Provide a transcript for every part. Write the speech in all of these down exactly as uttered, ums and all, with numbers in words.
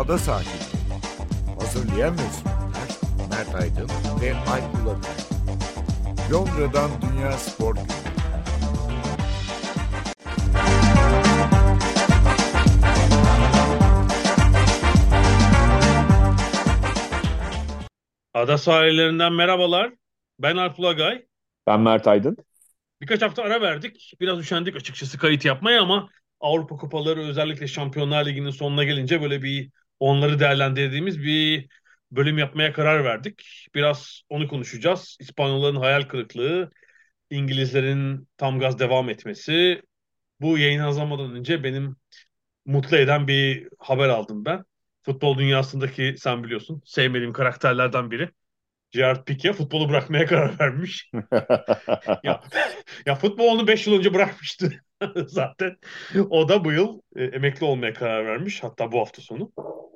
Ada Sahilleri. Hazırlayan ve sunanlar Mert Aydın ve Alp Ulagay. Londra'dan Dünya Spor Günü. Ada sahillerinden merhabalar. Ben Alp Ulagay. Ben Mert Aydın. Birkaç hafta ara verdik. Biraz üşendik açıkçası kayıt yapmaya ama Avrupa Kupaları özellikle Şampiyonlar Ligi'nin sonuna gelince böyle bir onları değerlendirdiğimiz bir bölüm yapmaya karar verdik. Biraz onu konuşacağız. İspanyolların hayal kırıklığı, İngilizlerin tam gaz devam etmesi. Bu yayın hazırlamadan önce benim mutlu eden bir haber aldım ben. Futbol dünyasındaki sen biliyorsun sevmediğim karakterlerden biri. Gerard Pique futbolu bırakmaya karar vermiş. Ya ya futbol onu beş yıl önce bırakmıştı zaten. O da bu yıl e, emekli olmaya karar vermiş. Hatta bu hafta sonu.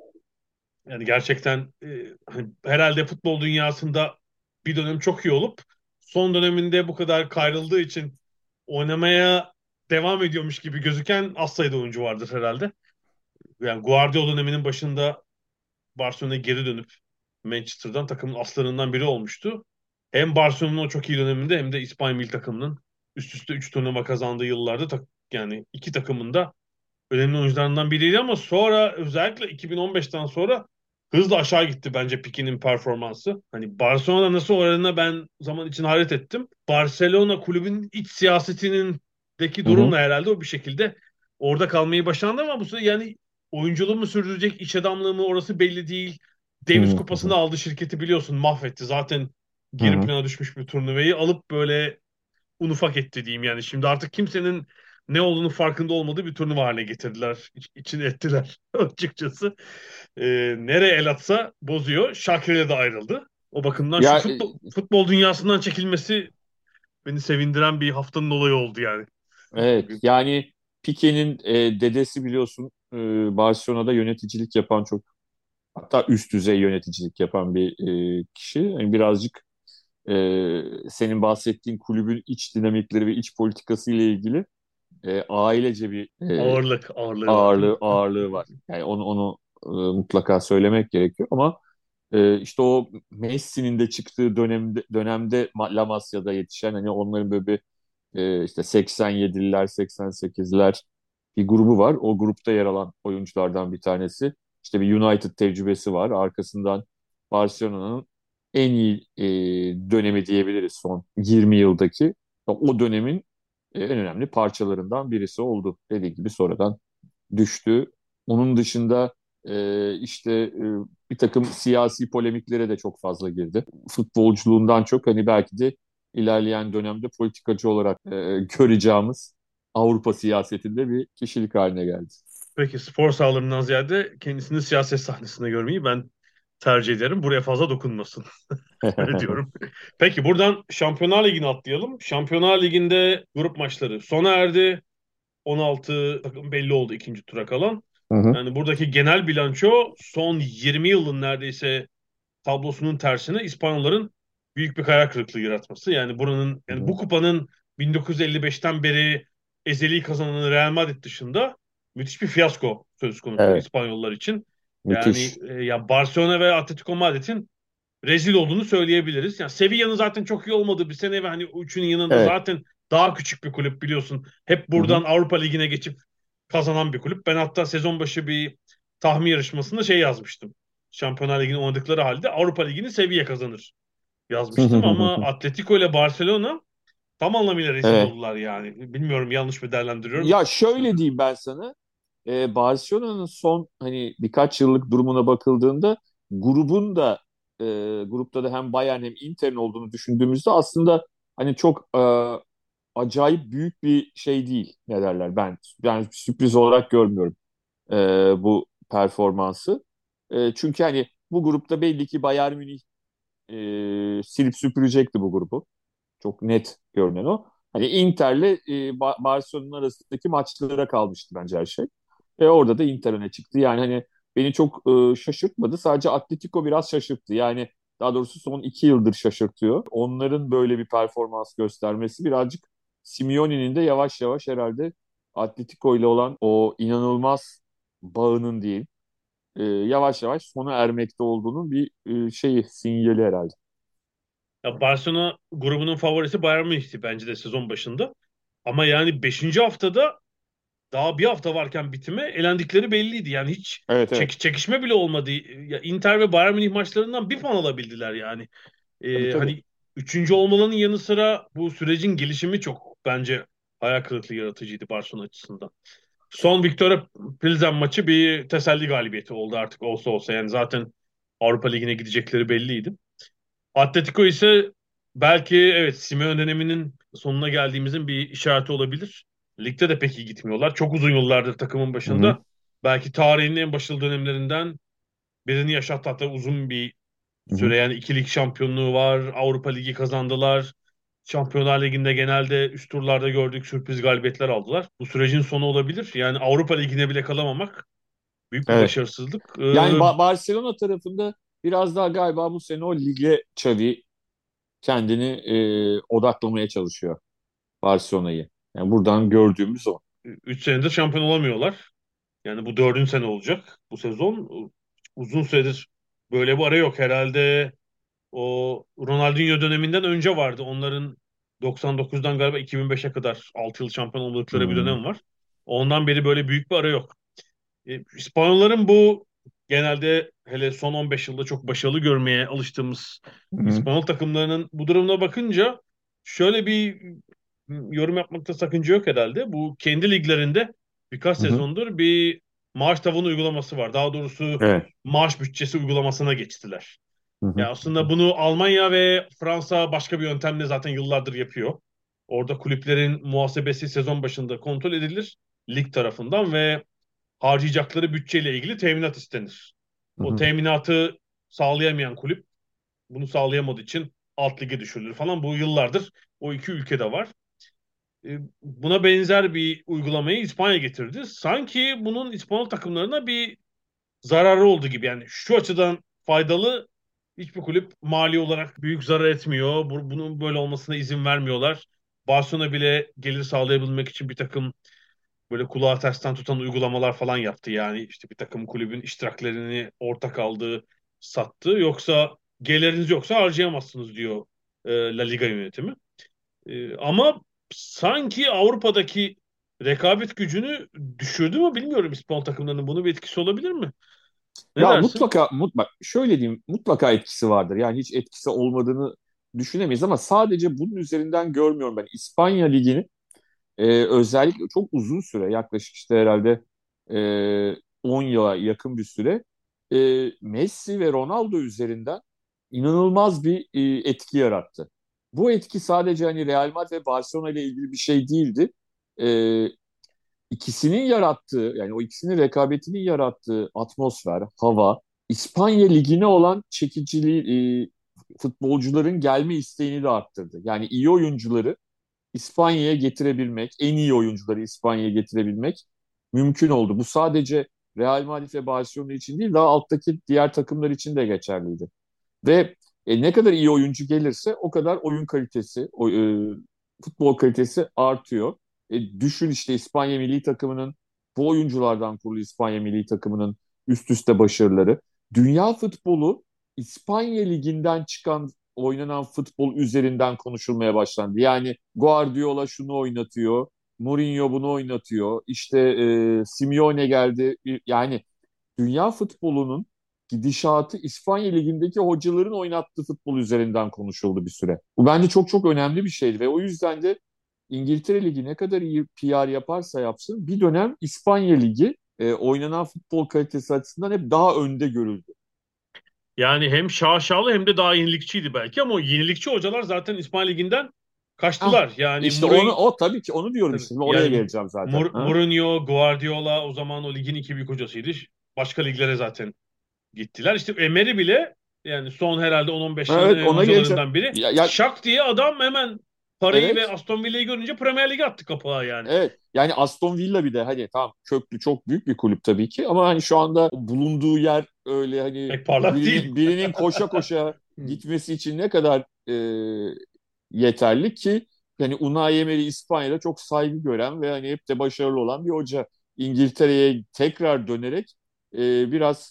Yani gerçekten e, hani herhalde futbol dünyasında bir dönem çok iyi olup son döneminde bu kadar kayrıldığı için oynamaya devam ediyormuş gibi gözüken az sayıda oyuncu vardır herhalde. Yani Guardiola döneminin başında Barcelona'ya geri dönüp Manchester'dan takımın aslarından biri olmuştu. Hem Barcelona'nın o çok iyi döneminde hem de İspanya milli takımının üst üste üç turnuva kazandığı yıllarda tak- yani iki takımın da önemli oyuncularından biriydi ama sonra özellikle iki bin on beşten sonra hızla aşağı gitti bence Pique'nin performansı. Hani Barcelona'da nasıl oynadığına ben zaman için hayret ettim. Barcelona kulübün iç siyasetinin deki Hı hı. durumla herhalde o bir şekilde orada kalmayı başardı ama bu sene yani oyunculuğu mu sürdürecek, iş adamlığı mı orası belli değil. Hı Davis hı. Kupası'nı aldı şirketi biliyorsun mahvetti. Zaten Hı geri hı. plana düşmüş bir turnuvayı alıp böyle un ufak etti diyeyim yani. Şimdi artık kimsenin ne olduğunu farkında olmadığı bir turnuva haline getirdiler. İç, içine ettiler açıkçası. Ee, nereye el atsa bozuyor. Şakir'e de ayrıldı. O bakımdan şu Ya e, futbol, futbol dünyasından çekilmesi beni sevindiren bir haftanın olayı oldu yani evet, bugün. yani Pique'nin e, dedesi biliyorsun, e, Barcelona'da yöneticilik yapan, çok hatta üst düzey yöneticilik yapan bir e, kişi. Yani birazcık e, senin bahsettiğin kulübün iç dinamikleri ve iç politikası ile ilgili e, ailece bir e, Ağırlık, ağırlığı var değil mi? ağırlığı ağırlığı var. Yani onu onu e, mutlaka söylemek gerekiyor ama Ee, işte o Messi'nin de çıktığı dönemde dönemde Ma- La Masia'da yetişen, hani onların böyle bir e, işte seksen yediler, seksen sekizler bir grubu var. O grupta yer alan oyunculardan bir tanesi. İşte bir United tecrübesi var. Arkasından Barcelona'nın en iyi e, dönemi diyebiliriz son yirmi yıldaki. O dönemin e, en önemli parçalarından birisi oldu. Dediği gibi sonradan düştü. Onun dışında e, işte e, bir takım siyasi polemiklere de çok fazla girdi. Futbolculuğundan çok hani belki de ilerleyen dönemde politikacı olarak e, göreceğimiz Avrupa siyasetinde bir kişilik haline geldi. Peki spor sahalarından ziyade kendisini siyaset sahnesinde görmeyi ben tercih ederim. Buraya fazla dokunmasın. Öyle diyorum. Peki buradan Şampiyonlar Ligi'ne atlayalım. Şampiyonlar Ligi'nde grup maçları sona erdi. on altı takım belli oldu ikinci tura kalan. Hı hı. Yani buradaki genel bilanço son yirmi yılın neredeyse tablosunun tersine İspanyolların büyük bir hayal kırıklığı yaratması. Yani buranın Hı yani bu hı. kupanın bin dokuz yüz elli beşten beri ezeli kazananı Real Madrid dışında müthiş bir fiyasko söz konusu Evet, İspanyollar için. Yani müthiş. e, ya Barcelona ve Atletico Madrid'in rezil olduğunu söyleyebiliriz. Yani Sevilla'nın zaten çok iyi olmadığı bir sene ve hani üçünün yanında Evet. zaten daha küçük bir kulüp biliyorsun. Hep Hı buradan hı. Avrupa Ligi'ne geçip kazanan bir kulüp. Ben hatta sezon başı bir tahmin yarışmasında şey yazmıştım. Şampiyonlar Ligi'ni oynadıkları halde Avrupa Ligi'ni Sevilla kazanır yazmıştım ama Atletico ile Barcelona tam anlamıyla rezil Evet. oldular yani. Bilmiyorum yanlış mı değerlendiriyorum. Ya şöyle diyeyim ben sana. E, Barcelona'nın son hani birkaç yıllık durumuna bakıldığında grubun da e, grupta da hem Bayern hem Inter'in olduğunu düşündüğümüzde aslında hani çok e, acayip büyük bir şey değil. Ne derler, ben yani sürpriz olarak görmüyorum e, bu performansı. E, çünkü hani bu grupta belli ki Bayern Münih e, silip süpürecekti bu grubu. Çok net görünen o. Hani Inter'le e, Ba- Barcelona'nın arasındaki maçlara kalmıştı bence her şey. Ve orada da Inter öne çıktı. Yani hani beni çok e, şaşırtmadı. Sadece Atletico biraz şaşırttı. Yani daha doğrusu son iki yıldır şaşırtıyor. Onların böyle bir performans göstermesi birazcık Simeone'nin de yavaş yavaş herhalde Atletico ile olan o inanılmaz bağının diyeyim, e, yavaş yavaş sona ermekte olduğunun bir e, şeyi, sinyali herhalde. Ya Barcelona grubunun favorisi Bayern Münih'ti bence de sezon başında. Ama yani beşinci haftada daha bir hafta varken bitime elendikleri belliydi. Yani hiç Evet, evet. çek çekişme bile olmadı. Ya Inter ve Bayern Münih maçlarından bir puan alabildiler yani. Tabii, Ee, tabii. hani üçüncü olmalarının yanı sıra bu sürecin gelişimi çok bence hayal kırıklığı yaratıcıydı Barcelona açısından. Son Victoria Pilsen maçı bir teselli galibiyeti oldu artık olsa olsa. Yani zaten Avrupa Ligi'ne gidecekleri belliydi. Atletico ise belki evet Simeone döneminin sonuna geldiğimizin bir işareti olabilir. Ligde de pek iyi gitmiyorlar. Çok uzun yıllardır takımın Hı hı. başında. Belki tarihin en başarılı dönemlerinden birini yaşattı, hatta uzun bir Hı hı. süre. Yani iki lig şampiyonluğu var. Avrupa Ligi kazandılar. Şampiyonlar Ligi'nde genelde üst turlarda gördük, sürpriz galibiyetler aldılar. Bu sürecin sonu olabilir. Yani Avrupa Ligi'ne bile kalamamak büyük bir Evet. başarısızlık. Yani Ee, Ba- Barcelona tarafında biraz daha galiba bu sene o lige Xavi kendini e, odaklamaya çalışıyor, Barcelona'yı. Yani buradan gördüğümüz o. Üç senedir şampiyon olamıyorlar. Yani bu dördüncü sene olacak bu sezon. Uzun süredir böyle bir ara yok. Herhalde o Ronaldinho döneminden önce vardı. Onların doksan dokuzdan galiba iki bin beşe kadar altı yıl şampiyon oldukları bir Hmm. dönem var. Ondan beri böyle büyük bir ara yok. E, İspanyolların bu genelde hele son on beş yılda çok başarılı görmeye alıştığımız Hı hı. İspanyol takımlarının bu durumuna bakınca şöyle bir yorum yapmakta sakınca yok herhalde. Bu kendi liglerinde birkaç Hı hı. sezondur bir maaş tavanı uygulaması var. Daha doğrusu Evet. maaş bütçesi uygulamasına geçtiler. Hı Ya hı. aslında bunu Almanya ve Fransa başka bir yöntemle zaten yıllardır yapıyor. Orada kulüplerin muhasebesi sezon başında kontrol edilir lig tarafından ve harcayacakları bütçeyle ilgili teminat istenir. Hı O hı. teminatı sağlayamayan kulüp bunu sağlayamadığı için alt lige düşürülür falan. Bu yıllardır o iki ülkede var. E, Buna benzer bir uygulamayı İspanya getirdi. Sanki bunun İspanyol takımlarına bir zararı oldu gibi. Yani şu açıdan faydalı, hiçbir kulüp mali olarak büyük zarar etmiyor. Bu- Bunun böyle olmasına izin vermiyorlar. Barcelona bile gelir sağlayabilmek için bir takım böyle kulağı tersten tutan uygulamalar falan yaptı. Yani işte bir takım kulübün iştiraklerini ortak aldığı, sattı. Yoksa geliriniz yoksa harcayamazsınız diyor e, La Liga yönetimi. E, ama sanki Avrupa'daki rekabet gücünü düşürdü mü bilmiyorum, İspanyol takımlarının bunu bir etkisi olabilir mi? Ne Ya dersin? mutlaka, mutlaka şöyle diyeyim, mutlaka etkisi vardır. Yani hiç etkisi olmadığını düşünemeyiz ama sadece bunun üzerinden görmüyorum ben. İspanya Ligi'ni e, özellikle çok uzun süre, yaklaşık işte herhalde e, on yıla yakın bir süre e, Messi ve Ronaldo üzerinden inanılmaz bir e, etki yarattı. Bu etki sadece hani Real Madrid ve Barcelona ile ilgili bir şey değildi. E, ikisinin yarattığı, yani o ikisinin rekabetinin yarattığı atmosfer, hava, İspanya Ligi'ne olan çekiciliği, e, futbolcuların gelme isteğini de arttırdı. Yani iyi oyuncuları İspanya'ya getirebilmek, en iyi oyuncuları İspanya'ya getirebilmek mümkün oldu. Bu sadece Real Madrid ve Barcelona için değil, daha alttaki diğer takımlar için de geçerliydi. Ve e, ne kadar iyi oyuncu gelirse o kadar oyun kalitesi, o, e, futbol kalitesi artıyor. E, düşün işte İspanya milli takımının, bu oyunculardan kurulu İspanya milli takımının üst üste başarıları. Dünya futbolu İspanya liginden çıkan, oynanan futbol üzerinden konuşulmaya başlandı. Yani Guardiola şunu oynatıyor, Mourinho bunu oynatıyor, işte e, Simeone geldi. Yani dünya futbolunun gidişatı İspanya Ligi'ndeki hocaların oynattığı futbol üzerinden konuşuldu bir süre. Bu bence çok çok önemli bir şeydi ve o yüzden de İngiltere Ligi ne kadar iyi P R yaparsa yapsın bir dönem İspanya Ligi e, oynanan futbol kalitesi açısından hep daha önde görüldü. Yani hem şaşalı hem de daha yenilikçiydi belki, ama o yenilikçi hocalar zaten İspanya Ligi'nden Ah, kaçtılar. Yani işte onu, Mourinho, o tabii ki onu diyorum tabii, işte, oraya yani geleceğim zaten. Mur- Ha? Mourinho, Guardiola o zaman o ligin iki büyük hocasıydı. Başka liglere zaten gittiler. İşte Emery bile yani son herhalde on on beş yılın Evet, en ona geleceğim. hocalarından biri. Ya, ya Şak diye adam hemen parayı ve evet. Aston Villa'yı görünce Premier Lig'e attı kapağı yani. Evet, yani Aston Villa bir de hani tamam, köklü çok büyük bir kulüp tabii ki ama hani şu anda bulunduğu yer öyle hani Pek parlak değil. birinin, birinin koşa koşa Hmm. gitmesi için ne kadar e, yeterli ki, yani Unai Emery İspanya'da çok saygı gören ve hani hep de başarılı olan bir hoca. İngiltere'ye tekrar dönerek e, biraz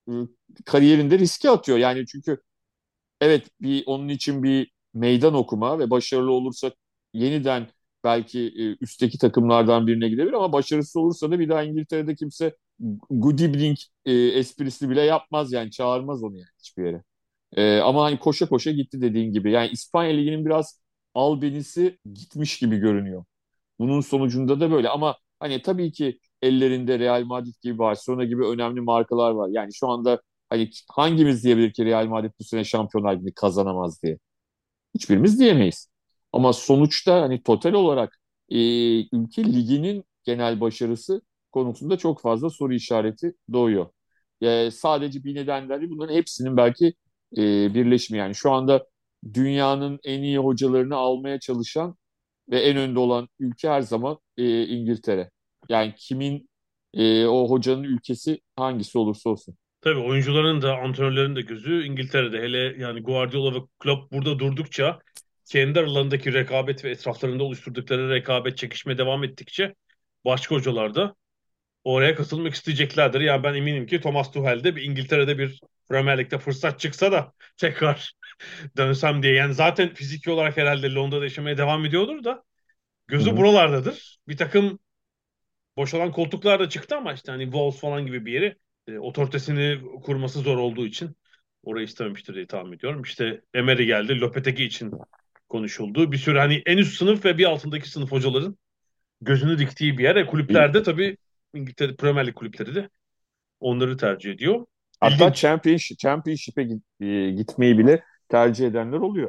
e, kariyerinde riske atıyor. Yani çünkü evet, bir onun için bir meydan okuma ve başarılı olursa yeniden belki e, üstteki takımlardan birine gidebilir, ama başarısız olursa da bir daha İngiltere'de kimse good evening e, esprisi bile yapmaz, yani çağırmaz onu yani hiçbir yere. E, ama hani koşa koşa gitti dediğin gibi. Yani İspanya Ligi'nin biraz albenisi gitmiş gibi görünüyor. Bunun sonucunda da böyle, ama hani tabii ki ellerinde Real Madrid gibi, Barcelona gibi önemli markalar var. Yani şu anda hani hangimiz diyebilir ki Real Madrid bu sene Şampiyonlar Ligi'ni kazanamaz diye? Hiçbirimiz diyemeyiz. Ama sonuçta hani total olarak e, ülke liginin genel başarısı konusunda çok fazla soru işareti doğuyor. E, sadece bir nedenler değil, bunların hepsinin belki e, birleşimi. Yani şu anda dünyanın en iyi hocalarını almaya çalışan ve en önde olan ülke her zaman e, İngiltere. Yani kimin e, o hocanın ülkesi hangisi olursa olsun. Tabii oyuncuların da antrenörlerin de gözü İngiltere'de. Hele yani Guardiola ve Klopp burada durdukça, kendi aralarındaki rekabet ve etraflarında oluşturdukları rekabet, çekişme devam ettikçe başka hocalar da oraya katılmak isteyeceklerdir. Yani ben eminim ki Thomas Tuchel'de bir İngiltere'de bir Premier Lig'de fırsat çıksa da tekrar dönsem diye. Yani zaten fiziki olarak herhalde Londra'da yaşamaya devam ediyordur da Hı gözü hı. buralardadır. Bir takım boş olan koltuklar da çıktı ama işte hani Wolves falan gibi bir yeri e, otoritesini kurması zor olduğu için orayı istememiştir diye tahmin ediyorum. İşte Emery geldi. Lopetegi için konuşuldu. Bir sürü hani en üst sınıf ve bir altındaki sınıf hocaların gözünü diktiği bir yer. E, kulüplerde tabii İngiltere Premier Lig kulüpleri de onları tercih ediyor. Hatta İlginç. Championship, Championship'e git- e, gitmeyi bile tercih edenler oluyor.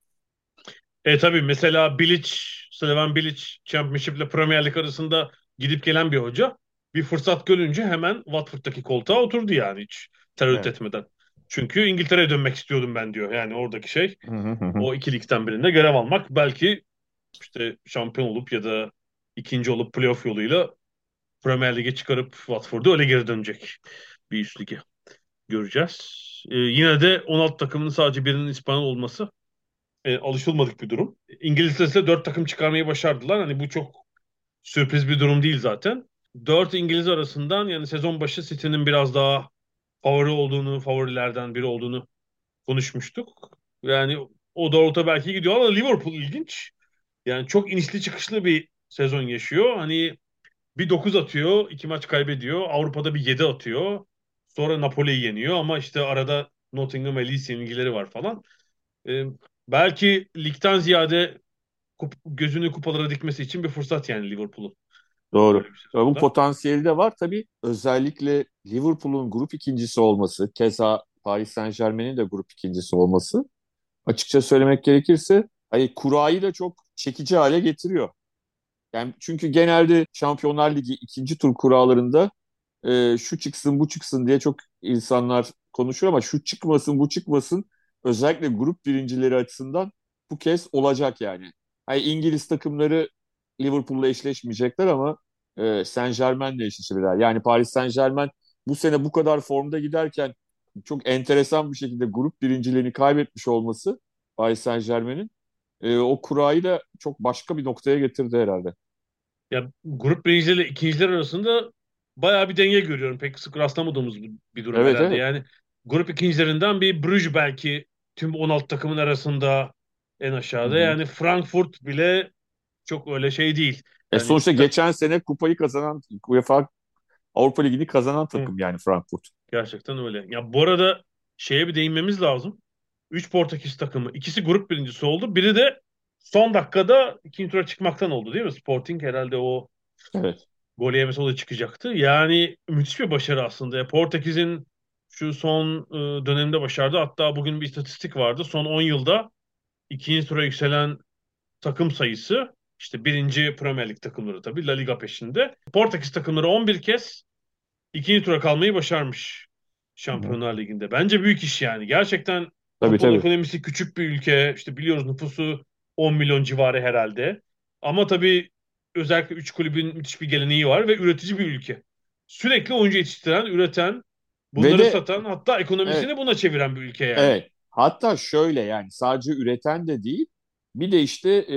E tabii mesela Bilic, Slaven Bilic Championship ile Premier Lig arasında gidip gelen bir hoca. Bir fırsat görünce hemen Watford'daki koltuğa oturdu yani hiç tereddüt Evet. etmeden. Çünkü İngiltere'ye dönmek istiyordum ben diyor. Yani oradaki şey Hı hı hı hı. o iki ligden birinde görev almak. Belki işte şampiyon olup ya da ikinci olup playoff yoluyla Premier Lig'e çıkarıp Watford'u öyle geri dönecek bir üst lige. Göreceğiz. E, yine de on altı takımının sadece birinin İspanyol olması e, alışılmadık bir durum. İngiltere'de dört takım çıkarmayı başardılar. Hani bu çok sürpriz bir durum değil zaten. Dört İngiliz arasından yani sezon başı City'nin biraz daha favori olduğunu, favorilerden biri olduğunu konuşmuştuk. Yani o doğrultuda belki gidiyor ama Liverpool ilginç. Yani çok inişli çıkışlı bir sezon yaşıyor. Hani bir dokuz atıyor, iki maç kaybediyor. Avrupa'da bir yedi atıyor. Sonra Napoli'yi yeniyor ama işte arada Nottingham ve Leeds yenilgileri var falan. Ee, belki ligden ziyade kup- gözünü kupalara dikmesi için bir fırsat yani Liverpool'un böyle Doğru. bir Ya bu sezonda. potansiyeli de var tabii. Özellikle Liverpool'un grup ikincisi olması, keza Paris Saint-Germain'in de grup ikincisi olması, açıkça söylemek gerekirse hani kurayı da çok çekici hale getiriyor. Yani çünkü genelde Şampiyonlar Ligi ikinci tur kurallarında e, şu çıksın bu çıksın diye çok insanlar konuşuyor, ama şu çıkmasın bu çıkmasın, özellikle grup birincileri açısından bu kez olacak yani. Hani İngiliz takımları Liverpool'la eşleşmeyecekler, ama e, Saint-Germain'le eşleşirler. Yani Paris Saint-Germain bu sene bu kadar formda giderken çok enteresan bir şekilde grup birinciliğini kaybetmiş olması Paris Saint-Germain'in e, o kurayı da çok başka bir noktaya getirdi herhalde. Ya grup birincileri ikinciler arasında bayağı bir denge görüyorum. Pek sık rastlamadığımız bir bir durum Evet, herhalde. evet. Yani grup ikincilerinden bir Bruges belki tüm on altı takımın arasında en Hı aşağıda. hı. Yani Frankfurt bile çok öyle şey değil. E Yani sonuçta ta- geçen sene kupayı kazanan, UEFA Avrupa Ligi'ni kazanan Hı, takım yani Frankfurt. gerçekten öyle. Ya bu arada şeye bir değinmemiz lazım. Üç Portekiz takımı. İkisi grup birincisi oldu. Biri de son dakikada ikinci tura çıkmaktan oldu değil mi? Sporting herhalde o Evet. gol yemesi o da çıkacaktı. Yani müthiş bir başarı aslında. Ya Portekiz'in şu son e, dönemde başardı. Hatta bugün bir istatistik vardı. Son on yılda ikinci tura yükselen takım sayısı işte birinci Premier Lig takımları tabii La Liga peşinde. Portekiz takımları on bir kez ikinci tura kalmayı başarmış Hı hı. Şampiyonlar Ligi'nde. Bence büyük iş yani. Gerçekten Tabii, futbol tabii. ekonomisi küçük bir ülke. İşte biliyoruz nüfusu on milyon civarı herhalde. Ama tabii özellikle üç kulübün müthiş bir geleneği var ve üretici bir ülke. Sürekli oyuncu yetiştiren, üreten, Ve bunları de satan hatta evet, ekonomisini buna çeviren bir ülke yani. evet. Hatta şöyle, yani sadece üreten de değil. Bir de işte e,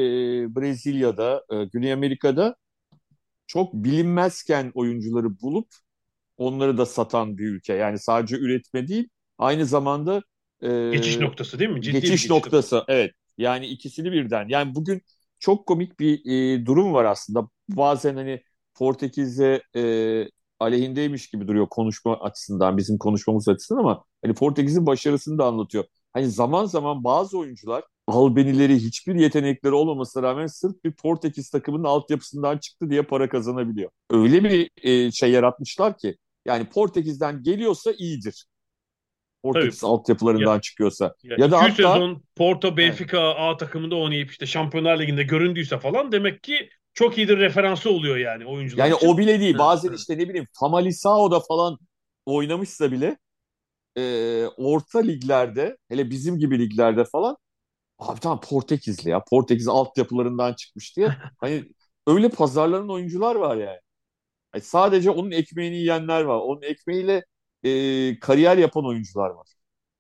Brezilya'da, e, Güney Amerika'da çok bilinmezken oyuncuları bulup onları da satan bir ülke. Yani sadece üretme değil, aynı zamanda e, Geçiş noktası değil mi? Ciddi bir geçiş geçiş noktası. noktası. Evet. Yani ikisini birden. Yani bugün çok komik bir e, durum var aslında. Bazen hani Portekiz'e e, aleyhindeymiş gibi duruyor konuşma açısından, bizim konuşmamız açısından, ama hani Portekiz'in başarısını da anlatıyor. Hani zaman zaman bazı oyuncular Albanileri hiçbir yetenekleri olmamasına rağmen sırf bir Portekiz takımının altyapısından çıktı diye para kazanabiliyor. Öyle bir e, şey yaratmışlar ki yani Portekiz'den geliyorsa iyidir. Tabii Portekiz ya, altyapılarından çıkıyorsa. ya Ya da iki üç hatta sezon Porto, evet, Benfica A takımında oynayıp işte Şampiyonlar Ligi'nde göründüyse falan demek ki çok iyidir referansı oluyor yani oyuncular yani için. o bile değil. Evet, Bazen evet. işte ne bileyim Famalicão'da falan oynamışsa bile e, orta liglerde, hele bizim gibi liglerde falan, abi tamam Portekizli ya. Portekiz altyapılarından çıkmış diye. Hani öyle pazarlanan oyuncular var yani. Hani sadece onun ekmeğini yiyenler var. Onun ekmeğiyle e, kariyer yapan oyuncular var.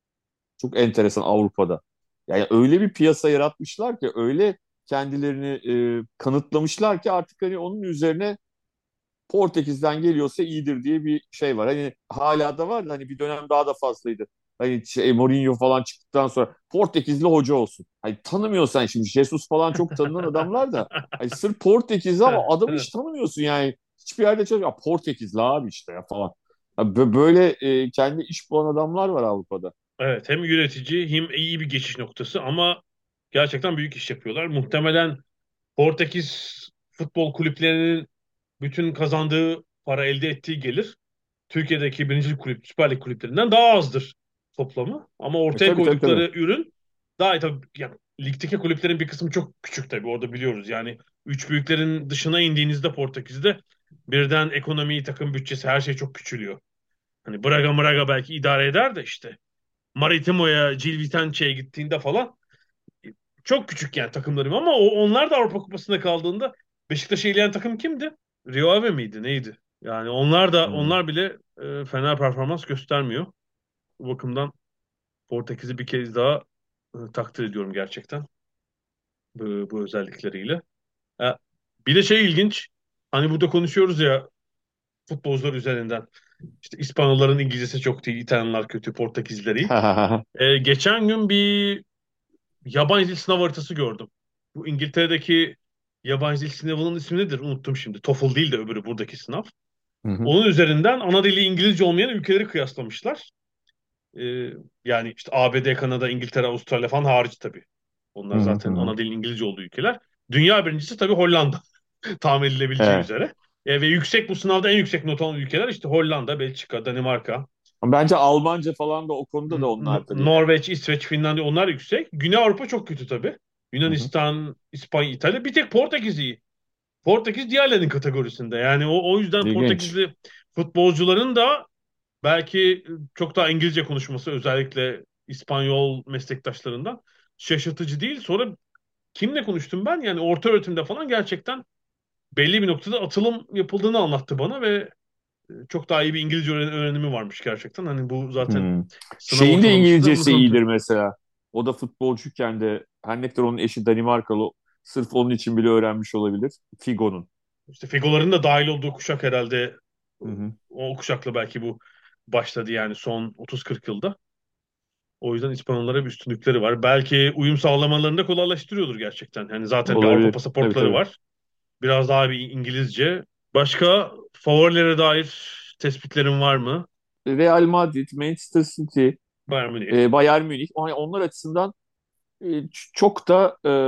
Çok enteresan Avrupa'da. Yani öyle bir piyasa yaratmışlar ki, öyle kendilerini e, kanıtlamışlar ki artık hani onun üzerine Portekiz'den geliyorsa iyidir diye bir şey var. Hani hala da var da hani bir dönem daha da fazlaydı. Hani şey, Mourinho falan çıktıktan sonra Portekizli hoca olsun. Hani tanımıyorsan, şimdi Jesus falan çok tanınan adamlar da hani sırf Portekizli ama adamı hiç tanımıyorsun yani. Hiçbir yerde çalışıyor. Ya Portekizli abi işte ya falan. Ya bö- böyle e, kendi iş bulan adamlar var Avrupa'da. Evet, hem üretici hem iyi bir geçiş noktası ama gerçekten büyük iş yapıyorlar. Muhtemelen Portekiz futbol kulüplerinin bütün kazandığı para, elde ettiği gelir Türkiye'deki birinci kulüp, Süper Lig kulüplerinden daha azdır toplamı. Ama E ortaya tabii tabii tabii. koydukları ürün daha tabii yani ligdeki kulüplerin bir kısmı çok küçük tabii orada biliyoruz. Yani üç büyüklerin dışına indiğinizde Portekiz'de birden ekonomi, takım bütçesi her şey çok küçülüyor. Hani Braga Braga belki idare eder de işte Maritimo'ya, Gil Vicentes'e gittiğinde falan çok küçük yani takımlarım ama o, onlar da Avrupa Kupası'nda kaldığında Beşiktaş'ı eleyen takım kimdi? Rio Ave miydi? Neydi? Yani onlar da Hmm. onlar bile e, fena performans göstermiyor. Bu bakımdan Portekiz'i bir kez daha e, takdir ediyorum gerçekten bu, bu özellikleriyle. Ha, bir de şey ilginç. Hani burada konuşuyoruz ya futbolcular üzerinden. İşte İspanyolların İngilizcesi çok değil, İtalyanlar kötü, Portekizliler iyi. E, geçen gün bir yabancı dil sınav haritası gördüm. Bu İngiltere'deki yabancı dil sınavının ismi nedir? Unuttum şimdi. TOEFL değil de öbürü buradaki sınav. Hı hı. Onun üzerinden ana dili İngilizce olmayan ülkeleri kıyaslamışlar. Ee, yani işte A B D, Kanada, İngiltere, Avustralya falan hariç tabii. Hı Onlar hı hı zaten hı. ana dilin İngilizce olduğu ülkeler. Dünya birincisi tabii Hollanda. Tahmin edilebileceği Evet. üzere. E, ve yüksek bu sınavda en yüksek not alan ülkeler işte Hollanda, Belçika, Danimarka, Bence Almanca falan da o konuda da N- onlar tabii. Norveç, İsveç, Finlandiya onlar yüksek. Güney Avrupa çok kötü tabii. Hı hı. Yunanistan, İspanya, İtalya. Bir tek Portekiz iyi. Portekiz diğerlerinin kategorisinde. Yani o, o yüzden İlginç. Portekizli futbolcuların da belki çok daha İngilizce konuşması özellikle İspanyol meslektaşlarından şaşırtıcı değil. Sonra kimle konuştum ben? Yani orta öğretimde falan gerçekten belli bir noktada atılım yapıldığını anlattı bana ve çok daha iyi bir İngilizce öğren- öğrenimi varmış gerçekten. Hani bu zaten Hmm. sınav Şeyin de ortalaması da bunu İngilizcesi iyidir kanıtlıyor. mesela. O da futbolcuyken de, her ne kadar onun eşi Danimarkalı, sırf onun için bile öğrenmiş olabilir. Figo'nun. İşte Figoların da dahil olduğu kuşak herhalde Hı hı. o kuşakla belki bu başladı yani son otuz kırk yılda. O yüzden İspanyollara bir üstünlükleri var. Belki uyum sağlamalarını da kolaylaştırıyordur gerçekten. Yani zaten bir Avrupa Olabilir. Tabii pasaportları tabii. var. Biraz daha bir İngilizce. Başka favorilere dair tespitlerin var mı? Real Madrid, Manchester City, Bayern Münih. e, Bayern Münih. Yani onlar açısından e, ç- çok da e,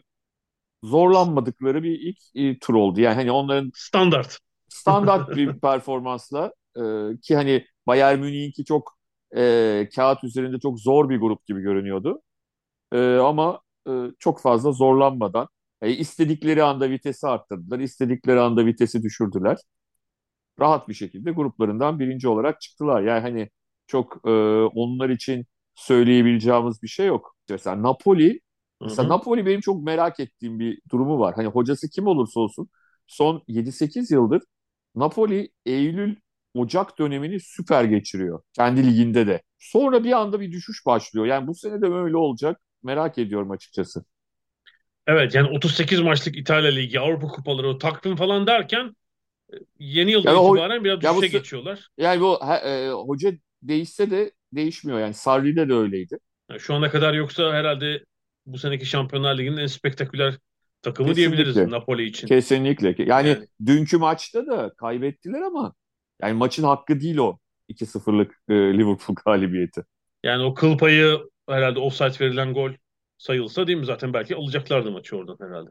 zorlanmadıkları bir ilk e, tur oldu. Yani hani onların Standart. standart bir performansla, e, ki hani Bayern Münih'inki çok e, kağıt üzerinde çok zor bir grup gibi görünüyordu. E, ama e, çok fazla zorlanmadan e, istedikleri anda vitesi arttırdılar, istedikleri anda vitesi düşürdüler. Rahat bir şekilde gruplarından birinci olarak çıktılar. Yani hani çok e, onlar için söyleyebileceğimiz bir şey yok. Mesela Napoli, Hı mesela hı. Napoli benim çok merak ettiğim bir durumu var. Hani hocası kim olursa olsun son yedi sekiz yıldır Napoli Eylül Ocak dönemini süper geçiriyor. Kendi liginde de. Sonra bir anda bir düşüş başlıyor. Yani bu sene de böyle olacak. Merak ediyorum açıkçası. Evet yani otuz sekiz maçlık İtalya Ligi, Avrupa Kupaları, o takvim falan derken Yeni yıldan Yani o itibaren biraz ya bu düşüşe sı- geçiyorlar. yani bu ha- e, hoca değişse de değişmiyor yani. Sarri'de de öyleydi. Yani şu ana kadar yoksa herhalde bu seneki Şampiyonlar Ligi'nin en spektaküler takımı diyebiliriz Kesinlikle. Napoli için. Kesinlikle. Yani Yani dünkü maçta da kaybettiler ama yani maçın hakkı değil o iki sıfırlık e, Liverpool galibiyeti. yani o kıl payı herhalde offside verilen gol sayılsa değil mi? Zaten belki alacaklardı maçı oradan herhalde.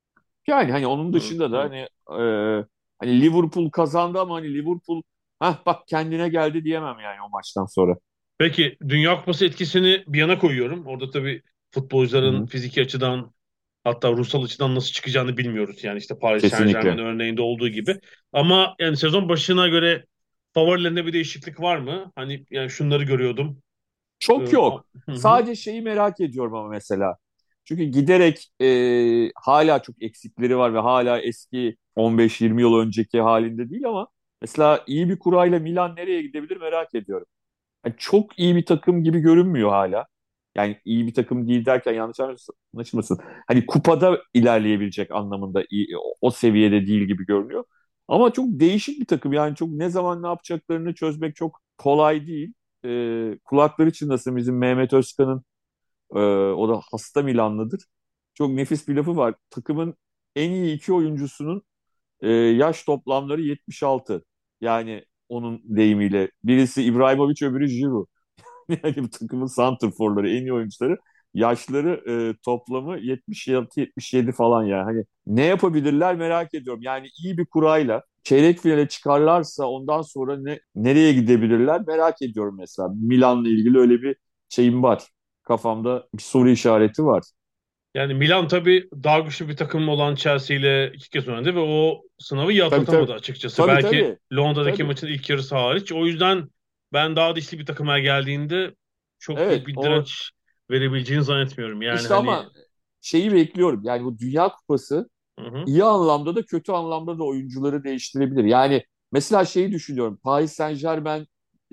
Yani hani onun Hı, dışında da hı. hani e, hani Liverpool kazandı ama hani Liverpool hah bak kendine geldi diyemem yani o maçtan sonra. Peki Dünya Kupası etkisini bir yana koyuyorum. Orada tabii Hı futbolcuların hı. fiziki açıdan hatta ruhsal açıdan nasıl çıkacağını bilmiyoruz. Yani işte Paris Saint-Germain Kesinlikle. örneğinde olduğu gibi. Ama yani sezon başına göre favorilerinde bir değişiklik var mı? Hani yani şunları görüyordum. Ee, Çok a- yok. hı hı. Sadece şeyi merak ediyorum ama mesela. Çünkü giderek e, hala çok eksikleri var ve hala eski on beş yirmi yıl önceki halinde değil ama mesela iyi bir kurayla Milan nereye gidebilir merak ediyorum. Yani çok iyi bir takım gibi görünmüyor hala. Yani iyi bir takım değil derken yanlış anlaşılmasın. Hani kupada ilerleyebilecek anlamında iyi, o, o seviyede değil gibi görünüyor. Ama çok değişik bir takım. Yani çok ne zaman ne yapacaklarını çözmek çok kolay değil. Ee, kulakları çınlasın bizim Mehmet Özkan'ın e, o da hasta Milanlıdır. Çok nefis bir lafı var. Takımın en iyi iki oyuncusunun e, yaş toplamları yetmiş altı. Yani onun deyimiyle. Birisi İbrahimovic, öbürü Giroud. Yani bu takımın santrforları, en iyi oyuncuları yaşları e, toplamı yetmiş altı yetmiş yedi falan yani. Hani ne yapabilirler merak ediyorum. Yani iyi bir kurayla çeyrek finale çıkarlarsa ondan sonra ne nereye gidebilirler merak ediyorum mesela. Milan'la ilgili öyle bir şeyim var. Kafamda bir soru işareti var. Yani Milan tabii daha güçlü bir takım olan Chelsea ile iki kez oynadı ve o sınavı iyi Tabii tabii. atlatamadı açıkçası. Tabii Belki tabii. Londra'daki Tabii. maçın ilk yarısı hariç. O yüzden ben daha dişli bir takıma geldiğinde çok büyük Evet, bir o direnç verebileceğini zannetmiyorum. Yani işte hani ama şeyi bekliyorum. Yani bu Dünya Kupası hı hı. iyi anlamda da kötü anlamda da oyuncuları değiştirebilir. Yani mesela şeyi düşünüyorum. Paris Saint-Germain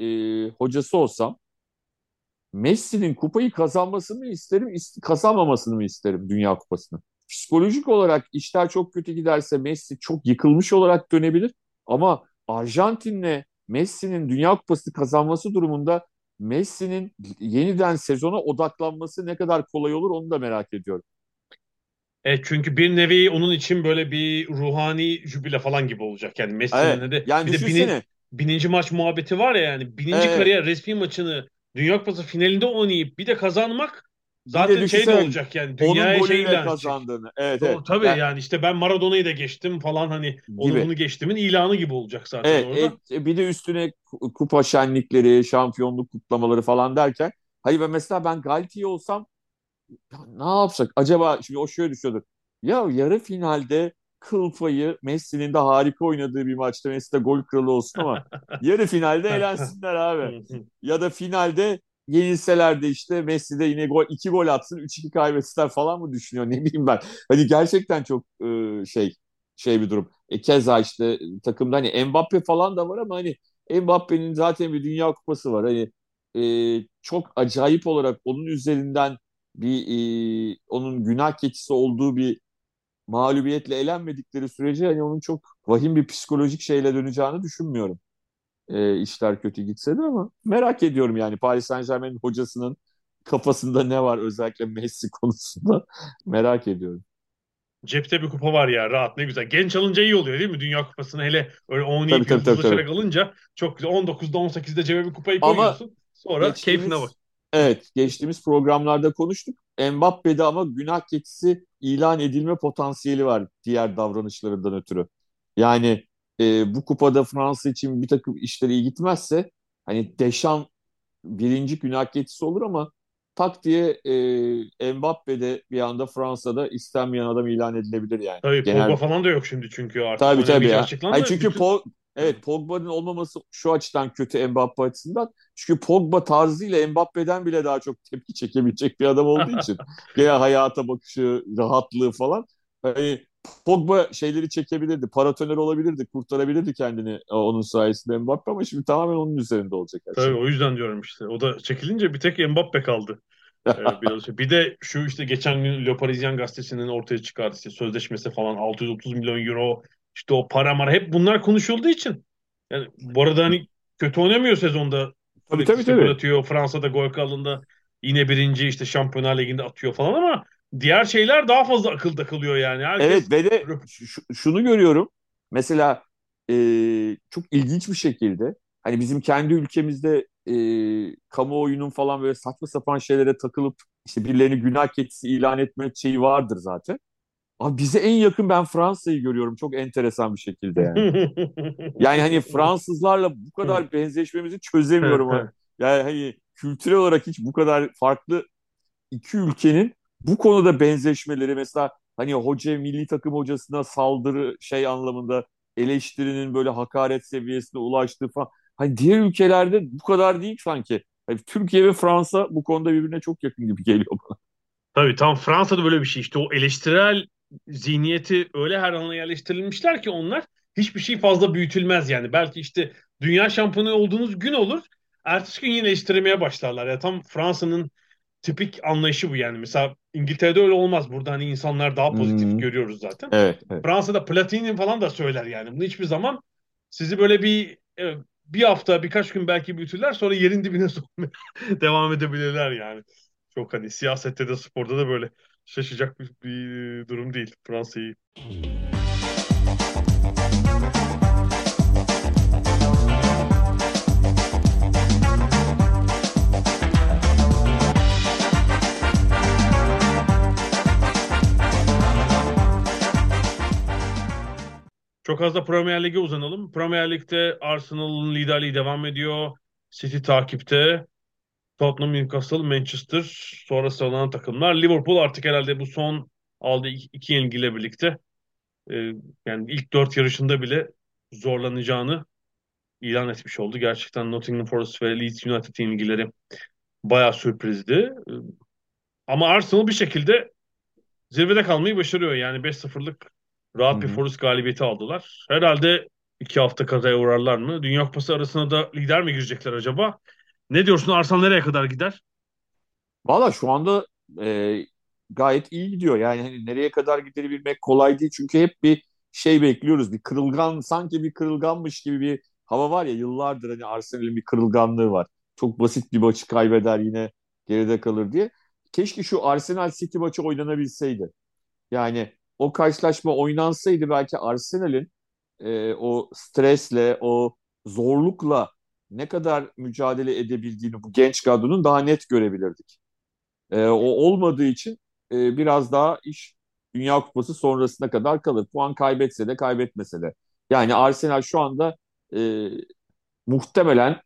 e, hocası olsam Messi'nin kupayı kazanmasını mı isterim, ist- kazanmamasını mı isterim Dünya Kupası'nı? Psikolojik olarak işler çok kötü giderse Messi çok yıkılmış olarak dönebilir. Ama Arjantin'le Messi'nin Dünya Kupası kazanması durumunda Messi'nin yeniden sezona odaklanması ne kadar kolay olur onu da merak ediyorum. E çünkü bir nevi onun için böyle bir ruhani jübile falan gibi olacak. Yani Messi'nin Evet, de yani bir de binin, düşünsene. bininci maç muhabbeti var ya yani bininci Evet, kariyer resmi maçını Dünya Kupası finalinde oynayıp bir de kazanmak bir de zaten şey de düşünsene olacak yani onun dünyaya şey golüyle ilan edecek. kazandığını. Evet, evet. Doğru tabii Yani yani işte ben Maradona'yı da geçtim falan hani onu gibi. bunu geçtimin ilanı gibi olacak zaten Evet, orada. e, bir de üstüne ku- kupa şenlikleri, şampiyonluk kutlamaları falan derken hayır ben mesela ben Galtier olsam ya ne yapsak? Acaba şimdi o şöyle düşünüyordur. Ya yarı finalde kıl payı Messi'nin de harika oynadığı bir maçta Messi de gol kralı olsun ama yarı finalde elensinler abi. Ya da finalde yenilseler de işte Messi de yine gol, iki gol atsın, üç iki kaybetsinler falan mı düşünüyor ne bileyim ben. Hani gerçekten çok e, şey şey bir durum. E, keza işte takımda hani Mbappe falan da var ama hani Mbappe'nin zaten bir Dünya Kupası var. Hani e, çok acayip olarak onun üzerinden bir e, onun günah keçisi olduğu bir mağlubiyetle elenmedikleri sürece hani onun çok vahim bir psikolojik şeyle döneceğini düşünmüyorum. E, işler kötü gitse de ama merak ediyorum yani Paris Saint-Germain'in hocasının kafasında ne var özellikle Messi konusunda merak ediyorum. Cepte bir kupa var ya rahat ne güzel. Genç alınca iyi oluyor değil mi? Dünya Kupası'nı hele öyle Tabii oynayıp tabii tabii tabii. yıldızlaşarak alınca çok güzel. on dokuzda on sekizde cebe bir kupayı Ama koyuyorsun. Sonra keyfine bak. geçtiğimiz evet geçtiğimiz programlarda konuştuk. Mbappe'de ama günah keçisi ilan edilme potansiyeli var diğer davranışlarından ötürü. Yani e, bu kupada Fransa için bir takım işleri iyi gitmezse hani Deschamps birinci günah keçisi olur ama tak diye e, Mbappe de bir anda Fransa'da istenmeyen adam ilan edilebilir yani. Tabii Pogba Genel falan da yok şimdi çünkü artık tabii tabii oynamayacağı ya. Hani açıklandı. çünkü Bütün Pog evet Pogba'nın olmaması şu açıdan kötü Mbappe açısından. Çünkü Pogba tarzıyla Mbappe'den bile daha çok tepki çekebilecek bir adam olduğu için. Genel hayata bakışı, rahatlığı falan. Hani Pogba şeyleri çekebilirdi, paratoner olabilirdi, kurtarabilirdi kendini e, onun sayesinde Mbappe ama şimdi tamamen onun üzerinde olacak her tabii şey. o yüzden diyorum işte. O da çekilince bir tek Mbappe kaldı. Ee, biraz bir de şu işte geçen gün Le Parisien gazetesinin ortaya çıkardı işte sözleşmesi falan altı yüz otuz milyon euro İşte o para mara hep bunlar konuşulduğu için. Yani bu arada hani kötü oynamıyor sezonda. Tabii Sürekli tabii işte gol tabii. atıyor. Fransa'da gol krallığında yine birinci, işte Şampiyonlar Ligi'nde atıyor falan ama diğer şeyler daha fazla akılda kalıyor yani. Herkes Evet ve de şu- şu- şunu görüyorum. Mesela e, çok ilginç bir şekilde hani bizim kendi ülkemizde e, kamuoyunun falan böyle saçma sapan şeylere takılıp işte birilerini günah keçisi ilan etme şeyi vardır zaten. Abi bize en yakın ben Fransa'yı görüyorum çok enteresan bir şekilde yani. Yani hani Fransızlarla bu kadar benzeşmemizi çözemiyorum. Ha. Yani hani kültürel olarak hiç bu kadar farklı iki ülkenin bu konuda benzeşmeleri mesela hani hoca milli takım hocasına saldırı şey anlamında eleştirinin böyle hakaret seviyesine ulaştığı falan. Hani diğer ülkelerde bu kadar değil sanki. Hani Türkiye ve Fransa bu konuda birbirine çok yakın gibi geliyor bana. Tabii tam Fransa'da böyle bir şey, işte o eleştirel zihniyeti öyle her alana yerleştirilmişler ki onlar hiçbir şey fazla büyütülmez yani. Belki işte dünya şampiyonu olduğunuz gün olur. Ertesi gün yine eleştirmeye başlarlar. Ya tam Fransa'nın tipik anlayışı bu yani. Mesela İngiltere'de öyle olmaz. Burada hani insanlar daha pozitif Hmm, görüyoruz zaten. evet, evet. Fransa'da Platini falan da söyler yani. Bunu hiçbir zaman sizi böyle bir e, bir hafta birkaç gün belki büyütürler, sonra yerin dibine sokmaya devam edebilirler yani. Çok hani siyasette de sporda da böyle şaşacak bir, bir durum değil Fransa'yı. Çok az da Premier Lig'e uzanalım. Premier Lig'de Arsenal'ın liderliği devam ediyor. City takipte. Tottenham, Newcastle, Manchester sonra sıralanan takımlar. Liverpool artık herhalde bu son aldığı iki, iki yenilgiyle birlikte e, yani ilk dört yarışında bile zorlanacağını ilan etmiş oldu. Gerçekten Nottingham Forest ve Leeds United yenilgileri bayağı sürprizdi. E, Ama Arsenal bir şekilde zirvede kalmayı başarıyor. Yani beş sıfırlık Hı rahat bir hı. Forest galibiyeti aldılar. Herhalde iki hafta kazaya uğrarlar mı? Dünya Kupası arasına da lider mi girecekler acaba? Ne diyorsun? Arsenal nereye kadar gider? Valla şu anda e, gayet iyi gidiyor. Yani hani nereye kadar gidebilmek kolay değil. Çünkü hep bir şey bekliyoruz. Bir kırılgan, sanki bir kırılganmış gibi bir hava var ya, yıllardır hani Arsenal'in bir kırılganlığı var. Çok basit bir maçı kaybeder yine geride kalır diye. Keşke şu Arsenal City maçı oynanabilseydi. Yani o karşılaşma oynansaydı belki Arsenal'in e, o stresle, o zorlukla ne kadar mücadele edebildiğini bu genç kadronun daha net görebilirdik. E, o olmadığı için e, biraz daha iş Dünya Kupası sonrasına kadar kalır. Puan kaybetse de kaybetmese de. Yani Arsenal şu anda e, muhtemelen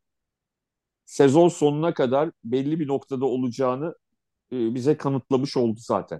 sezon sonuna kadar belli bir noktada olacağını e, bize kanıtlamış oldu zaten.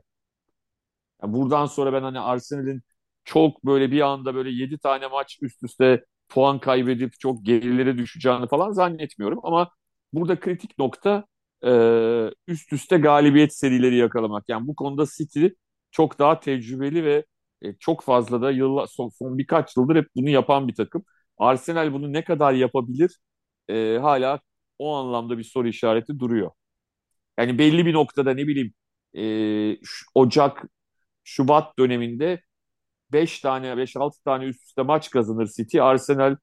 Yani buradan sonra ben hani Arsenal'in çok böyle bir anda böyle yedi tane maç üst üste puan kaybedip çok gerilere düşeceğini falan zannetmiyorum. Ama burada kritik nokta e, üst üste galibiyet serileri yakalamak. Yani bu konuda City çok daha tecrübeli ve e, çok fazla da yılla, son, son birkaç yıldır hep bunu yapan bir takım. Arsenal bunu ne kadar yapabilir e, hala o anlamda bir soru işareti duruyor. Yani belli bir noktada ne bileyim e, şu- Ocak Şubat döneminde beş tane beş altı tane üst üste maç kazanır City. Arsenal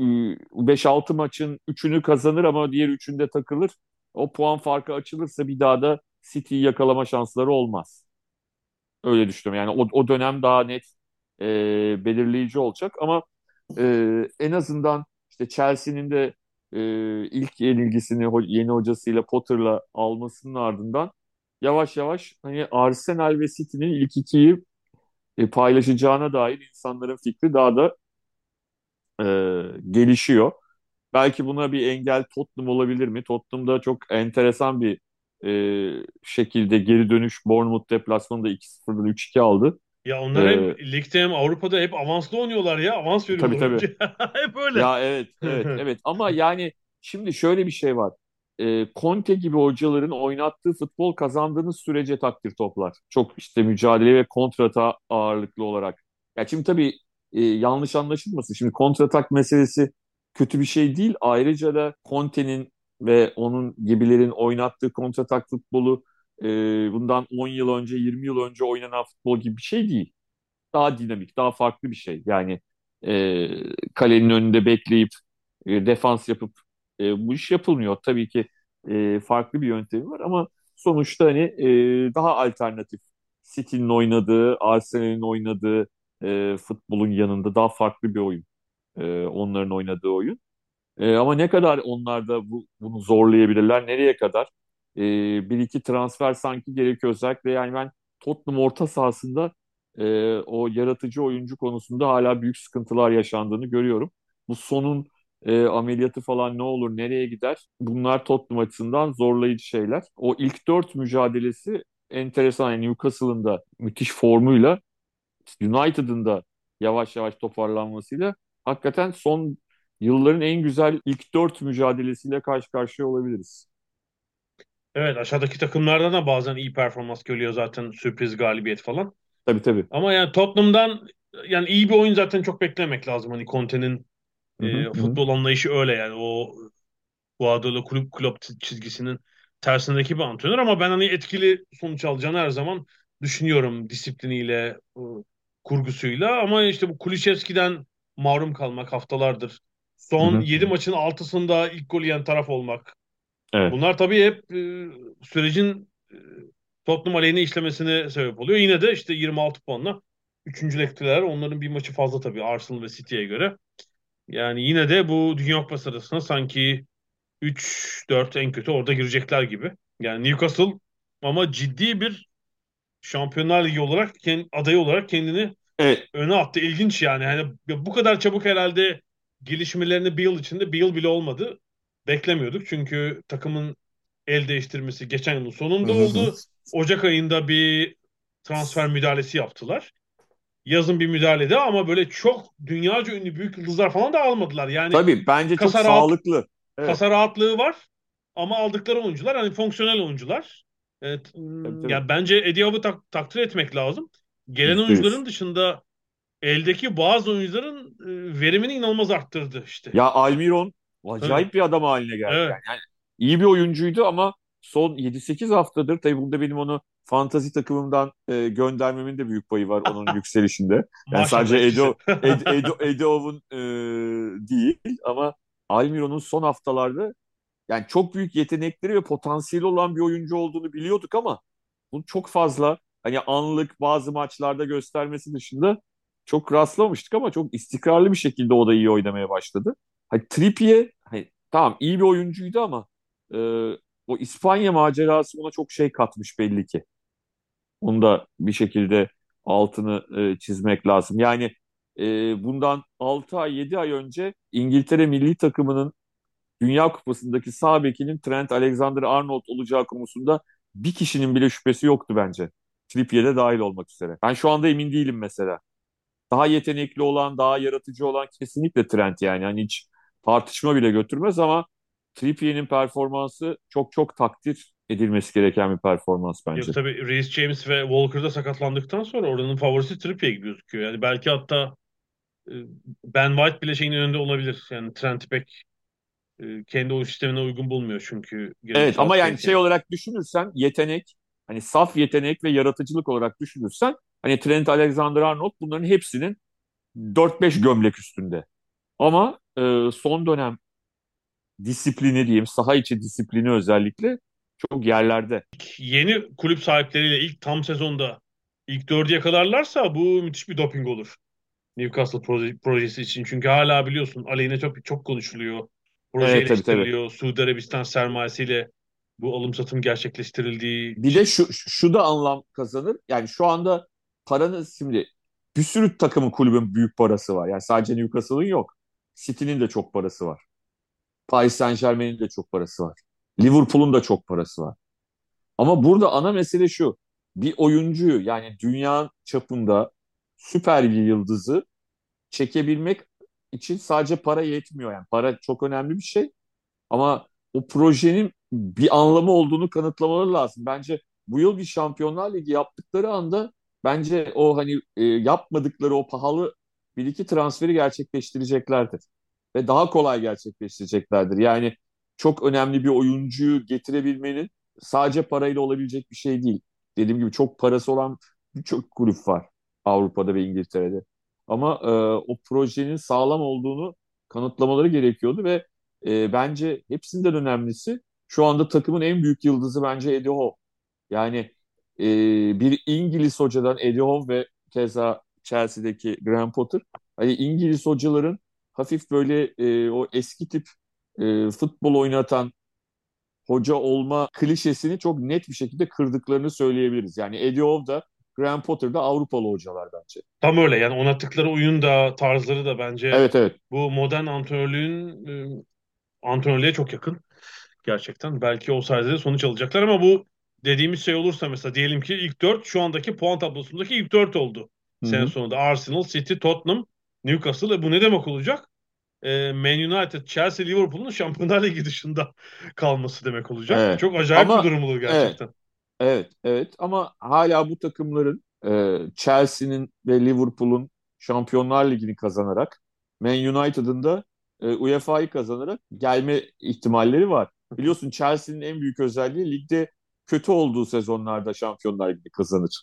beş altı maçın üçünü kazanır ama diğer üçünde takılır. O puan farkı açılırsa bir daha da City'yi yakalama şansları olmaz. Öyle düşünüyorum. Yani o, o dönem daha net e, belirleyici olacak ama e, en azından işte Chelsea'nin de e, ilk yenilgisini ho- yeni hocasıyla Potter'la almasının ardından yavaş yavaş hani Arsenal ve City'nin ilk ikiyi e, paylaşacağına dair insanların fikri daha da e, gelişiyor. Belki buna bir engel Tottenham olabilir mi? Tottenham'da çok enteresan bir e, şekilde geri dönüş. Bournemouth deplasmanında iki sıfırdan üç iki aldı. Ya onlar hem E, ligde hem Avrupa'da hep avanslı oynuyorlar ya. Avans tabii veriyorlar tabii. önce. Hep öyle. Ya evet, evet, evet. Ama yani şimdi şöyle bir şey var. E, Conte gibi hocaların oynattığı futbol kazandığınız sürece takdir toplar. Çok işte mücadele ve kontrata ağırlıklı olarak. Ya şimdi tabii e, yanlış anlaşılmasın. Şimdi kontratak meselesi kötü bir şey değil. Ayrıca da Conte'nin ve onun gibilerin oynattığı kontratak futbolu e, bundan on yıl önce, yirmi yıl önce oynanan futbol gibi bir şey değil. Daha dinamik, daha farklı bir şey. Yani e, kalenin önünde bekleyip e, defans yapıp e, bu iş yapılmıyor. Tabii ki e, farklı bir yöntemi var ama sonuçta hani e, daha alternatif. City'nin oynadığı, Arsenal'in oynadığı e, futbolun yanında daha farklı bir oyun. E, onların oynadığı oyun. E, ama ne kadar onlar da bu, bunu zorlayabilirler, nereye kadar? E, bir iki transfer sanki gerekiyor. Özellikle yani ben Tottenham orta sahasında e, o yaratıcı oyuncu konusunda hala büyük sıkıntılar yaşandığını görüyorum. Bu sonun e, ameliyatı falan ne olur, nereye gider? Bunlar Tottenham açısından zorlayıcı şeyler. O ilk dört mücadelesi enteresan. Yani Newcastle'ın da müthiş formuyla United'ın da yavaş yavaş toparlanmasıyla hakikaten son yılların en güzel ilk dört mücadelesiyle karşı karşıya olabiliriz. Evet, aşağıdaki takımlardan da bazen iyi performans görüyor zaten, sürpriz galibiyet falan. Tabii tabii. Ama yani Tottenham'dan yani iyi bir oyun zaten çok beklemek lazım. Hani Conte'nin Hı hı, e, hı hı. futbol anlayışı öyle yani. O Guardiola kulüp kulüp çizgisinin tersindeki bir antrenör, ama ben hani etkili sonuç alacağını her zaman düşünüyorum, disipliniyle, e, kurgusuyla. Ama işte bu Kulişevski'den mahrum kalmak haftalardır. Hı Son hı, hı yedi hı. maçın altısında ilk golü yiyen taraf olmak. Evet. Bunlar tabii hep e, sürecin e, Tottenham aleyhine işlemesine sebep oluyor. Yine de işte yirmi altı puanla üçüncülekteler. Onların bir maçı fazla tabii Arsenal ve City'ye göre. Yani yine de bu Dünya Kupası arasında sanki üç dört en kötü orada girecekler gibi. Yani Newcastle ama ciddi bir Şampiyonlar Ligi olarak kend- adayı olarak kendini Evet. öne attı. İlginç yani. Hani bu kadar çabuk herhalde gelişmelerini bir yıl içinde, bir yıl bile olmadı, beklemiyorduk. Çünkü takımın el değiştirmesi geçen yılın Hı sonunda hı, hı. oldu. Ocak ayında bir transfer müdahalesi yaptılar. Yazın bir müdahalede, ama böyle çok dünyaca ünlü büyük yıldızlar falan da almadılar. Yani Tabii bence çok kasa rahat sağlıklı. Evet. kasa rahatlığı var, ama aldıkları oyuncular hani fonksiyonel oyuncular. Evet, Tabii hmm, tabii. ya bence Eddie Howe'u tak- takdir etmek lazım. Gelen Yüzde yüz. oyuncuların dışında eldeki bazı oyuncuların e, verimini inanılmaz arttırdı işte. Ya Almiron Tabii. acayip bir adam haline geldi Evet. yani. Yani iyi bir oyuncuydu ama son yedi sekiz haftadır tabii burada benim onu fantazi takımımdan e, göndermemin de büyük payı var onun yükselişinde. Yani Maşallah sadece etkisi. Edo, Ed, Edo, Edo'nun e, değil ama Almiron'un son haftalarda yani çok büyük yetenekleri ve potansiyeli olan bir oyuncu olduğunu biliyorduk ama bunu çok fazla hani anlık bazı maçlarda göstermesi dışında çok rastlamamıştık ama çok istikrarlı bir şekilde o da iyi oynamaya başladı. Hani Trippier hani, tamam iyi bir oyuncuydu ama e, o İspanya macerası ona çok şey katmış belli ki. Onu da bir şekilde altını e, çizmek lazım. Yani e, bundan altı ay yedi ay önce İngiltere milli takımının Dünya Kupası'ndaki sağ bekinin Trent Alexander-Arnold olacağı konusunda bir kişinin bile şüphesi yoktu bence. Trippier de dahil olmak üzere. Ben şu anda emin değilim mesela. Daha yetenekli olan, daha yaratıcı olan kesinlikle Trent yani. Hani hiç tartışma bile götürmez ama Trippier'in performansı çok çok takdir edilmesi gereken bir performans Yok bence. tabii, Reece James ve Walker da sakatlandıktan sonra oranın favorisi Trippier gibi gözüküyor. Yani belki hatta e, Ben White bile şeyin önünde olabilir. Yani Trent pek e, kendi oyun sistemine uygun bulmuyor çünkü Granit Evet ama yani şey Southgate'in. olarak düşünürsen yetenek, hani saf yetenek ve yaratıcılık olarak düşünürsen hani Trent Alexander-Arnold bunların hepsinin dört beş gömlek üstünde. Ama e, son dönem disiplini diyeyim, saha içi disiplini özellikle çok yerlerde. Yeni kulüp sahipleriyle ilk tam sezonda ilk dördü yakalarlarsa bu müthiş bir doping olur Newcastle proje- projesi için. Çünkü hala biliyorsun aleyhine çok çok konuşuluyor. Proje Evet tabii tabii. eleştiriliyor. Suudi Arabistan sermayesiyle bu alım satım gerçekleştirildiği Bir de için. şu, şu da anlam kazanır. Yani şu anda paranın şimdi bir sürü takımın kulübün büyük parası var. Yani sadece Newcastle'ın yok. City'nin de çok parası var. Paris Saint-Germain'in de çok parası var. Liverpool'un da çok parası var. Ama burada ana mesele şu. Bir oyuncuyu yani dünya çapında süper bir yıldızı çekebilmek için sadece para yetmiyor. Yani para çok önemli bir şey ama o projenin bir anlamı olduğunu kanıtlamaları lazım. Bence bu yıl bir Şampiyonlar Ligi yaptıkları anda bence o hani e, yapmadıkları o pahalı bir iki transferi gerçekleştireceklerdir. Ve daha kolay gerçekleştireceklerdir. Yani çok önemli bir oyuncuyu getirebilmenin sadece parayla olabilecek bir şey değil. Dediğim gibi çok parası olan birçok kulüp var Avrupa'da ve İngiltere'de. ama e, o projenin sağlam olduğunu kanıtlamaları gerekiyordu ve e, bence hepsinden önemlisi şu anda takımın en büyük yıldızı bence Eddie Howe. Yani e, bir İngiliz hocadan Eddie Howe ve keza Chelsea'deki Graham Potter. Hani İngiliz hocaların hafif böyle e, o eski tip e, futbol oynatan hoca olma klişesini çok net bir şekilde kırdıklarını söyleyebiliriz. Yani Eddie Howe da Graham Potter da Avrupalı hocalar bence. Tam öyle yani oynattıkları oyun da tarzları da bence Evet, evet. bu modern antrenörlüğün e, antrenörlüğe çok yakın gerçekten. Belki o sayede de sonuç alacaklar ama bu dediğimiz şey olursa mesela diyelim ki ilk dört şu andaki puan tablosundaki ilk dört oldu. Hı Sene hı. sonunda Arsenal, City, Tottenham, Newcastle. E bu ne demek olacak? E, Man United, Chelsea, Liverpool'un Şampiyonlar Ligi dışında kalması demek olacak. Evet. Çok acayip bir Ama durum olur evet, gerçekten. evet, evet. Ama hala bu takımların e, Chelsea'nin ve Liverpool'un Şampiyonlar Ligi'ni kazanarak Man United'ın da e, U E F A'yı kazanarak gelme ihtimalleri var. Biliyorsun Chelsea'nin en büyük özelliği ligde kötü olduğu sezonlarda Şampiyonlar Ligi'ni kazanır.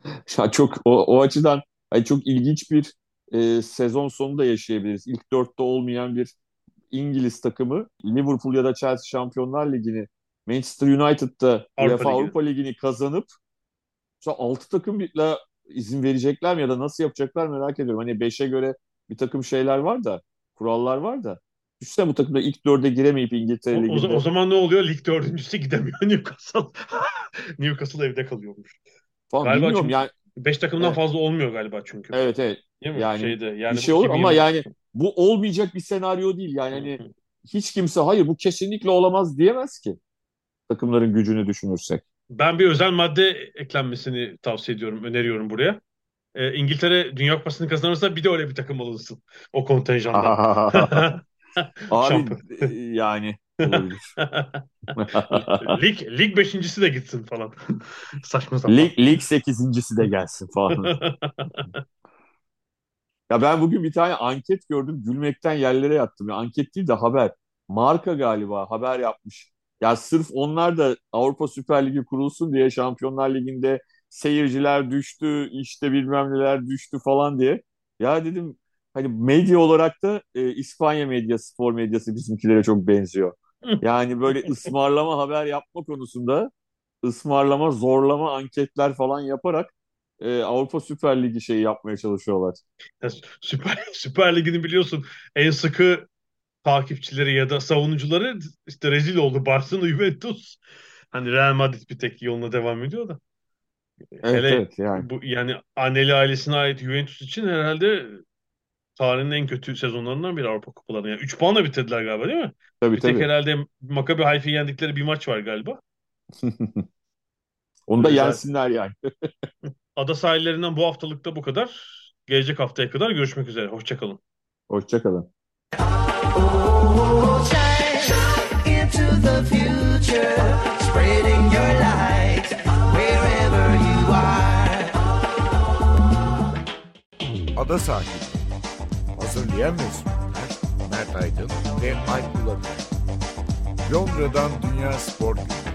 Ya çok o, o açıdan hani çok ilginç bir e, sezon sonu da yaşayabiliriz. İlk dörtte olmayan bir İngiliz takımı Liverpool ya da Chelsea Şampiyonlar Ligi'ni, Manchester United'da Avrupa UEFA Ligi. Avrupa Ligi'ni kazanıp sonra altı takımla izin verecekler mi ya da nasıl yapacaklar merak ediyorum. Hani beşe göre bir takım şeyler var da, kurallar var da. Düşünsene bu takımda ilk dörde giremeyip O, İngiltere o, o Ligi'nde zaman ne oluyor? Lig dördüncüsü gidemiyor Newcastle. Newcastle evde kalıyormuş. falan Galiba bilmiyorum çünkü yani. beş takımdan Evet, fazla olmuyor galiba çünkü. evet, evet. Değil mi? Yani Şeyde bir yani bu şey olur ama iki bin yirmi yani bu olmayacak bir senaryo değil. Yani hani hiç kimse hayır bu kesinlikle olamaz diyemez ki takımların gücünü düşünürsek. Ben bir özel madde eklenmesini tavsiye ediyorum, öneriyorum buraya. Ee, İngiltere Dünya Kupası'nı kazanırsa bir de öyle bir takım alınsın. O kontenjandan. Abi Şampiyon. e, yani olabilir. Lig, lig beşincisi de gitsin falan. Saçma sapan. Lig, lig sekizincisi de gelsin falan. Ya ben bugün bir tane anket gördüm. Gülmekten yerlere yattım. Ya, anket değil de haber. Marka galiba haber yapmış. Ya sırf onlar da Avrupa Süper Ligi kurulsun diye Şampiyonlar Ligi'nde seyirciler düştü, işte bilmem neler düştü falan diye. Ya dedim hani medya olarak da e, İspanya medyası, spor medyası bizimkilere çok benziyor. Yani böyle ısmarlama haber yapma konusunda ısmarlama, zorlama anketler falan yaparak e, Avrupa Süper Ligi şeyi yapmaya çalışıyorlar. Ya Süper, Süper Lig'ini biliyorsun en sıkı takipçileri ya da savunucuları işte rezil oldu. Barcelona, Juventus. Hani Real Madrid bir tek yoluna devam ediyor da. Evet, Hele evet, yani. bu yani Anelli ailesine ait Juventus için herhalde tarihin en kötü sezonlarından biri Avrupa kupalarını. Yani üç puanla bitirdiler galiba değil mi? Tabii, Bir tek tabii. herhalde Maccabi Haifa'yı yendikleri bir maç var galiba. Onu da Öyle zaten. yensinler yani. Ada sahillerinden bu haftalıkta bu kadar. Gelecek haftaya kadar görüşmek üzere. Hoşçakalın. Hoşça kalın. Oh, shine, shine into the future, spreading your light wherever you are. Ada sahili. Hazırlayan ve sunanlar Mert Aydın ve Alp Ulagay. Londra'dan Dünya Spor Günü.